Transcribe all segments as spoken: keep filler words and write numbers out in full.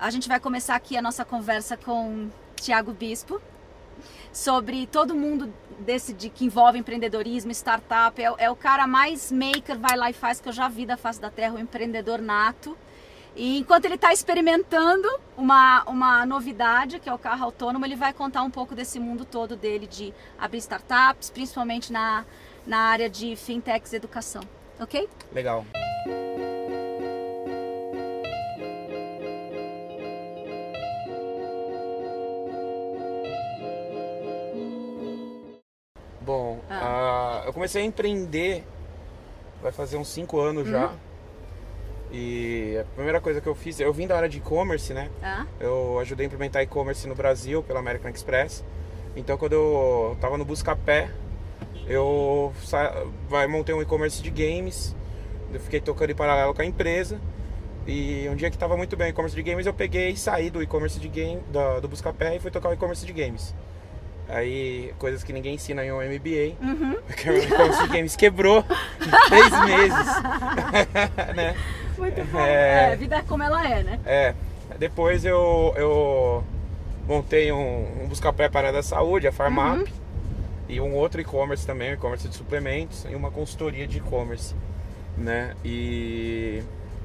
A gente vai começar aqui a nossa conversa com Thiago Bispo sobre todo mundo desse de, que envolve empreendedorismo, startup. É, é o cara mais maker, vai lá e faz que eu já vi da face da terra, um empreendedor nato. E enquanto ele está experimentando uma, uma novidade, que é o carro autônomo, ele vai contar um pouco desse mundo todo dele de abrir startups, principalmente na, na área de fintechs e educação. Ok? Legal. Bom, ah. uh, eu comecei a empreender, vai fazer uns cinco anos uhum. já. E a primeira coisa que eu fiz, eu vim da área de e-commerce, né? Ah. Eu ajudei a implementar e-commerce no Brasil pela American Express. Então quando eu tava no Buscapé, eu vai, montei um e-commerce de games. Eu fiquei tocando em paralelo com a empresa. E um dia que tava muito bem o e-commerce de games, eu peguei e saí do e-commerce de game, do, do Buscapé e fui tocar o e-commerce de games. Aí, coisas que ninguém ensina em um M B A, uhum. porque o e-commerce de games quebrou em três meses. Né? Muito bom. É, a vida é como ela é, né? É. Depois eu, eu montei um, um Buscapé para a área da saúde, a Farmap, uhum. e um outro e-commerce também, um e-commerce de suplementos, e uma consultoria de e-commerce, né? E...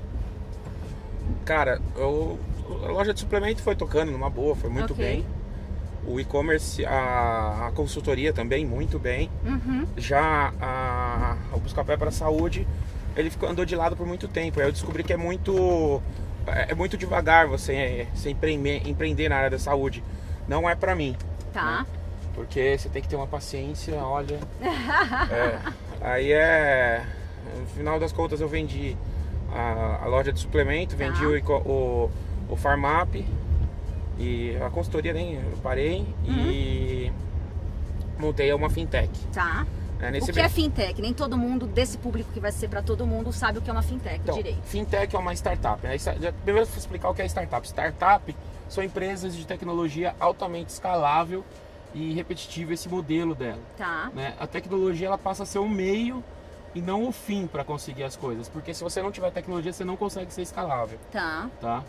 Cara, eu, a loja de suplemento foi tocando numa boa, foi muito okay. bem. O e-commerce, a, a consultoria também, muito bem. Uhum. Já a, o Buscapé para a saúde, ele ficou, andou de lado por muito tempo. Aí eu descobri que é muito, é muito devagar você, você empreender, empreender na área da saúde. Não é pra mim. Tá. Né? Porque você tem que ter uma paciência, olha. é, aí é... No final das contas eu vendi a, a loja de suplemento, tá. vendi o, o, o Farmap. E a consultoria nem eu parei uhum. e montei uma fintech. Tá. É, nesse o que é fintech? Nem todo mundo, desse público que vai ser para todo mundo, sabe o que é uma fintech, então, direito. Fintech é uma startup. Né? Primeiro vou explicar o que é startup. Startup são empresas de tecnologia altamente escalável e repetitivo, esse modelo dela. Tá. Né? A tecnologia ela passa a ser um meio e não o fim para conseguir as coisas. Porque se você não tiver tecnologia, você não consegue ser escalável. Tá. Tá?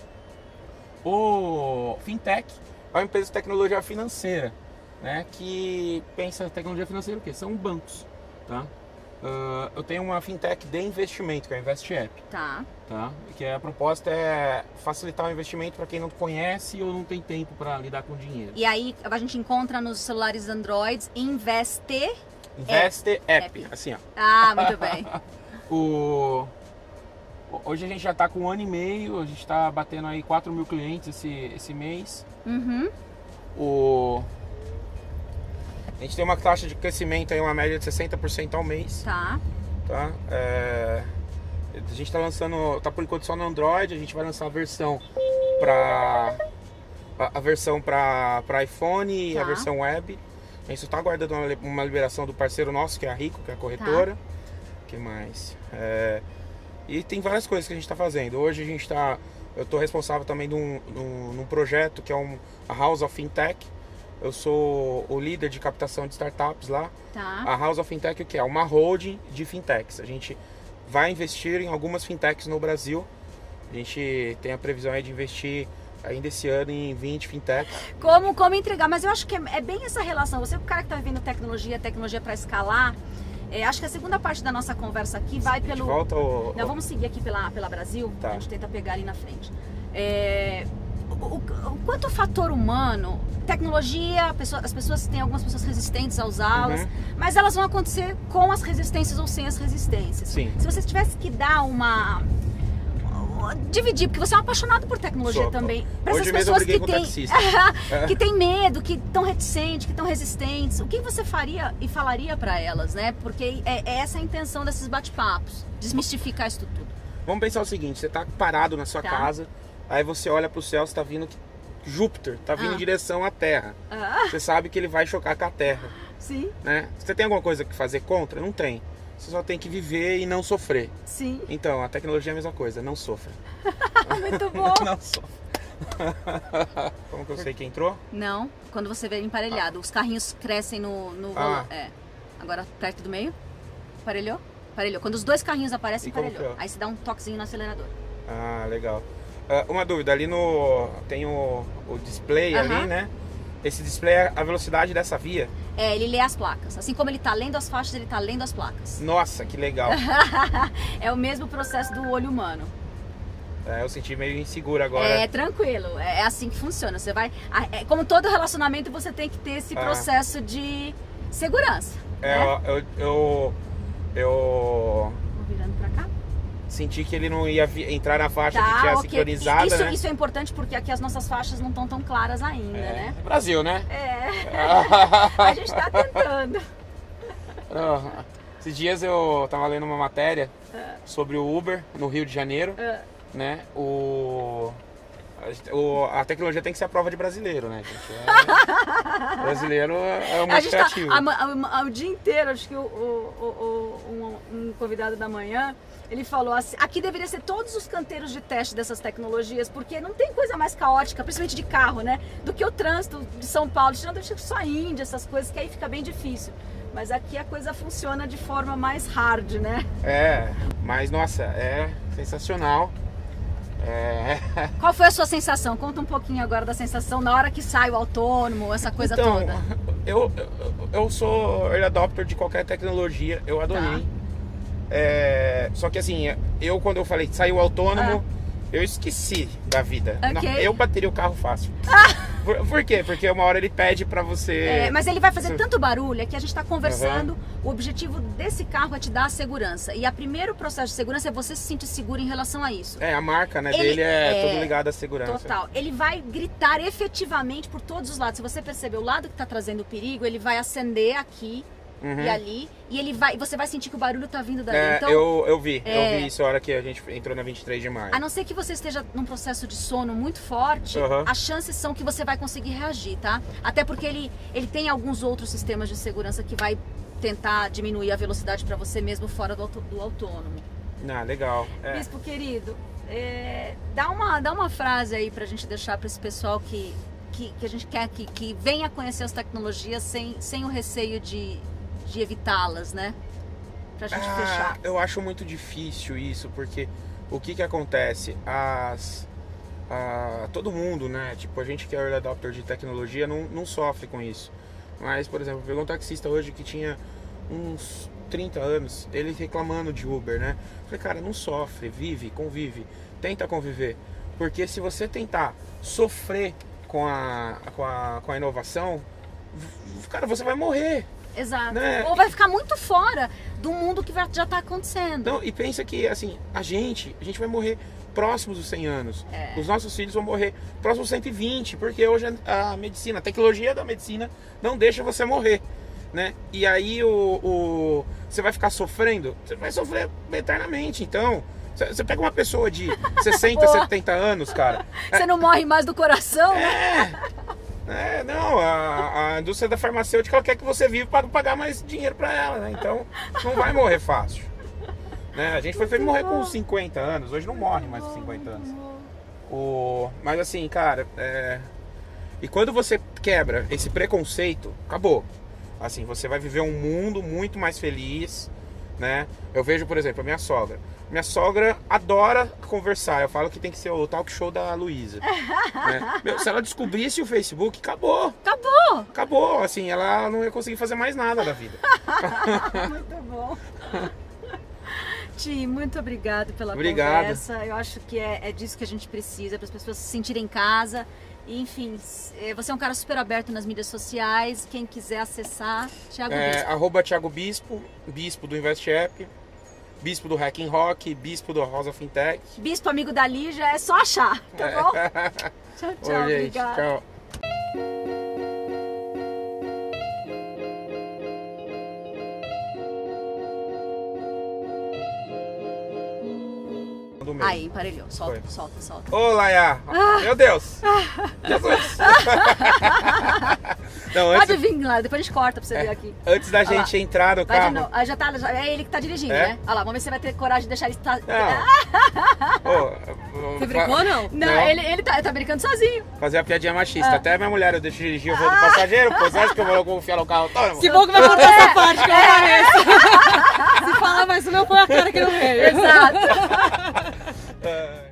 O fintech é uma empresa de tecnologia financeira, né, que pensa tecnologia financeira o quê? São bancos, tá? Uh, eu tenho uma fintech de investimento, que é a InvestApp. Tá. Tá? Que a proposta é facilitar o investimento para quem não conhece ou não tem tempo para lidar com dinheiro. E aí a gente encontra nos celulares Android Investe... Investe App, App. Assim, ó. Ah, muito bem. o... Hoje a gente já está com um ano e meio, a gente está batendo aí quatro mil clientes esse, esse mês. Uhum. O... A gente tem uma taxa de crescimento aí, uma média de sessenta por cento ao mês. Tá. Tá? É... A gente está lançando, tá por enquanto só no Android, a gente vai lançar a versão para a versão para iPhone tá. e a versão web. A gente está aguardando uma, uma liberação do parceiro nosso, que é a Rico, que é a corretora. Tá. Que mais? É... E tem várias coisas que a gente está fazendo. Hoje a gente está, eu estou responsável também num, num, num projeto que é um, a House of Fintech. Eu sou o líder de captação de startups lá. Tá. A House of Fintech, o que é? Uma holding de fintechs. A gente vai investir em algumas fintechs no Brasil. A gente tem a previsão aí de investir ainda esse ano em vinte fintechs. Como, como entregar? Mas eu acho que é, é bem essa relação. Você é o cara que está vivendo tecnologia, tecnologia para escalar. É, acho que a segunda parte da nossa conversa aqui vai pelo... Volta ou... Não, vamos seguir aqui pela, pela Brasil, tá. A gente tenta pegar ali na frente. É, o, o, o quanto o fator humano, tecnologia, pessoa, as pessoas têm algumas pessoas resistentes a usá-las, uhum. mas elas vão acontecer com as resistências ou sem as resistências. Sim. Se você tivesse que dar uma... dividir, porque você é um apaixonado por tecnologia Sou, também. Para essas Hoje pessoas que com têm é. que tem medo, que estão reticentes, que estão resistentes, o que você faria e falaria para elas, né? Porque é, é essa a intenção desses bate-papos, desmistificar isso tudo. Vamos pensar o seguinte, você tá parado na sua tá. casa, aí você olha pro céu, você tá vindo Júpiter, tá vindo ah. em direção à Terra. Ah. Você sabe que ele vai chocar com a Terra. Sim. Né? Você tem alguma coisa que fazer contra? Não tem. Você só tem que viver e não sofrer. Sim. Então, a tecnologia é a mesma coisa, não sofra. Muito bom. Não sofra. Como que eu sei que entrou? Não, quando você vê emparelhado. Os carrinhos crescem no... no ah. É. Agora, perto do meio. Aparelhou? Aparelhou. Quando os dois carrinhos aparecem, e como aparelhou. que é? Aí você dá um toquezinho no acelerador. Ah, legal. Uh, uma dúvida, ali no... tem o, o display Uhum. ali, né? Esse display é a velocidade dessa via? É, ele lê as placas. Assim como ele tá lendo as faixas, ele tá lendo as placas. Nossa, que legal. É o mesmo processo do olho humano. É, eu senti meio inseguro agora. É tranquilo, é assim que funciona. Você vai, é, como todo relacionamento, você tem que ter esse Ah. processo de segurança. É, né? eu, eu, eu Vou virando pra cá. senti que ele não ia vi- entrar na faixa que Tá, tinha ok. sincronizada, Isso, né? isso é importante porque aqui as nossas faixas não estão tão claras ainda, É, né? Brasil, né? É, a gente tá tentando. Ah, Esses dias eu tava lendo uma matéria sobre o Uber no Rio de Janeiro, É. né? O, a, o- a tecnologia tem que ser a prova de brasileiro, né, gente? É, brasileiro é A muito gente tá criativo. a, a- a- o dia inteiro, acho que o, o- o- o- um, um convidado da manhã, ele falou assim, aqui deveria ser todos os canteiros de teste dessas tecnologias, porque não tem coisa mais caótica, principalmente de carro, né? Do que o trânsito de São Paulo, tirando só a Índia, essas coisas, que aí fica bem difícil. Mas aqui a coisa funciona de forma mais hard, né? É, mas nossa, é sensacional. É... Qual foi a sua sensação? Conta um pouquinho agora da sensação na hora que sai o autônomo, essa coisa então, toda. Eu, eu, eu sou early adopter de qualquer tecnologia, eu adorei. Tá. É, só que assim, eu quando eu falei que saiu autônomo, eu esqueci da vida. Ok. Não, eu bateria o carro fácil. Por, por quê? Porque uma hora ele pede pra você... É, mas ele vai fazer Sim. tanto barulho, é que a gente está conversando, o objetivo desse carro é te dar a segurança. E o primeiro processo de segurança é você se sentir seguro em relação a isso. É, a marca né, Ele- dele é, é, tudo ligado à segurança. Total. Ele vai gritar efetivamente por todos os lados. Se você perceber o lado que está trazendo o perigo, ele vai acender aqui Uhum. e ali. E ele vai, você vai sentir que o barulho está vindo dali. É, então, eu, eu vi, é, eu vi isso a hora que a gente entrou na vinte e três de maio. a não ser que você esteja num processo de sono muito forte, Uhum. as chances são que você vai conseguir reagir, tá? Até porque ele, ele tem alguns outros sistemas de segurança que vai tentar diminuir a velocidade para você mesmo fora do, auto- do autônomo. Ah, legal. É. Bispo querido, é, dá, uma, dá uma frase aí pra gente deixar para esse pessoal que, que, que a gente quer que, que venha conhecer as tecnologias sem, sem o receio de, de evitá-las, né? Pra gente Ah, fechar. eu acho muito difícil isso, porque o que que acontece? As, a, todo mundo, né? Tipo, a gente que é early adopter de tecnologia não, não sofre com isso. Mas, por exemplo, pegou um taxista hoje que tinha uns trinta anos, ele reclamando de Uber, né? Falei, cara, não sofre, vive, convive, tenta conviver. Porque se você tentar sofrer com a, com a, com a inovação, v- cara, você vai morrer. Exato. né? Ou vai ficar muito fora do mundo que vai- já tá acontecendo. Não, e pensa que, assim, a gente, a gente vai morrer próximos dos cem anos. É. Os nossos filhos vão morrer próximos dos cento e vinte, porque hoje a a medicina, a tecnologia da medicina não deixa você morrer, né? E aí o, o você vai ficar sofrendo, você vai sofrer eternamente. Então, você você pega uma pessoa de sessenta, Boa. setenta anos, cara. Você não morre mais do coração, né? É, não, a, a indústria da farmacêutica ela quer que você viva para pagar mais dinheiro para ela, né? Então, não vai morrer fácil. Né? A gente foi feito morrer com cinquenta anos, hoje não morre mais com cinquenta anos. O... Mas assim, cara, é... e quando você quebra esse preconceito, acabou. Assim, você vai viver um mundo muito mais feliz, né? Eu vejo, por exemplo, a minha sogra. Minha sogra adora conversar. Eu falo que tem que ser o talk show da Luísa. Né? Meu, se ela descobrisse o Facebook, acabou. Acabou! Acabou. Assim, ela não ia conseguir fazer mais nada da vida. Muito bom. Ti, muito obrigado pela Obrigado. conversa. Eu acho que é, é disso que a gente precisa, para as pessoas se sentirem em casa. E, enfim, s- eh, você é um cara super aberto nas mídias sociais. Quem quiser acessar, Thiago É, Bispo. arroba Thiago Bispo, Bispo do Invest App, Bispo do Hacking Rock, Bispo do Rosa Fintech. Bispo amigo da Lígia, é só achar, tá bom? Tchau, tchau, Oi, gente. obrigada. Tchau. Do meio. Aí, emparelhou. Solta, Foi. solta, solta. Ô, Laia! Meu Deus! Jesus! Não, antes, Pode vir lá, depois a gente corta pra você ver aqui. antes da Olha lá. gente entrar no Vai de carro... novo. Aí já tá, já- é ele que tá dirigindo, É? né? Olha lá, vamos ver se você vai ter coragem de deixar ele... Tá... Não. Ô, Você brincou ou não? Não, Não. ele, ele tá, tá brincando sozinho. fazer a piadinha machista. Ah. Até minha mulher, eu deixo dirigir, eu vou do passageiro, pô, você acha que eu vou confiar no carro autônomo? Que bom que vai cortar essa parte que eu apareço. Se falar, mas o meu põe a cara aqui no meio. Exato. É.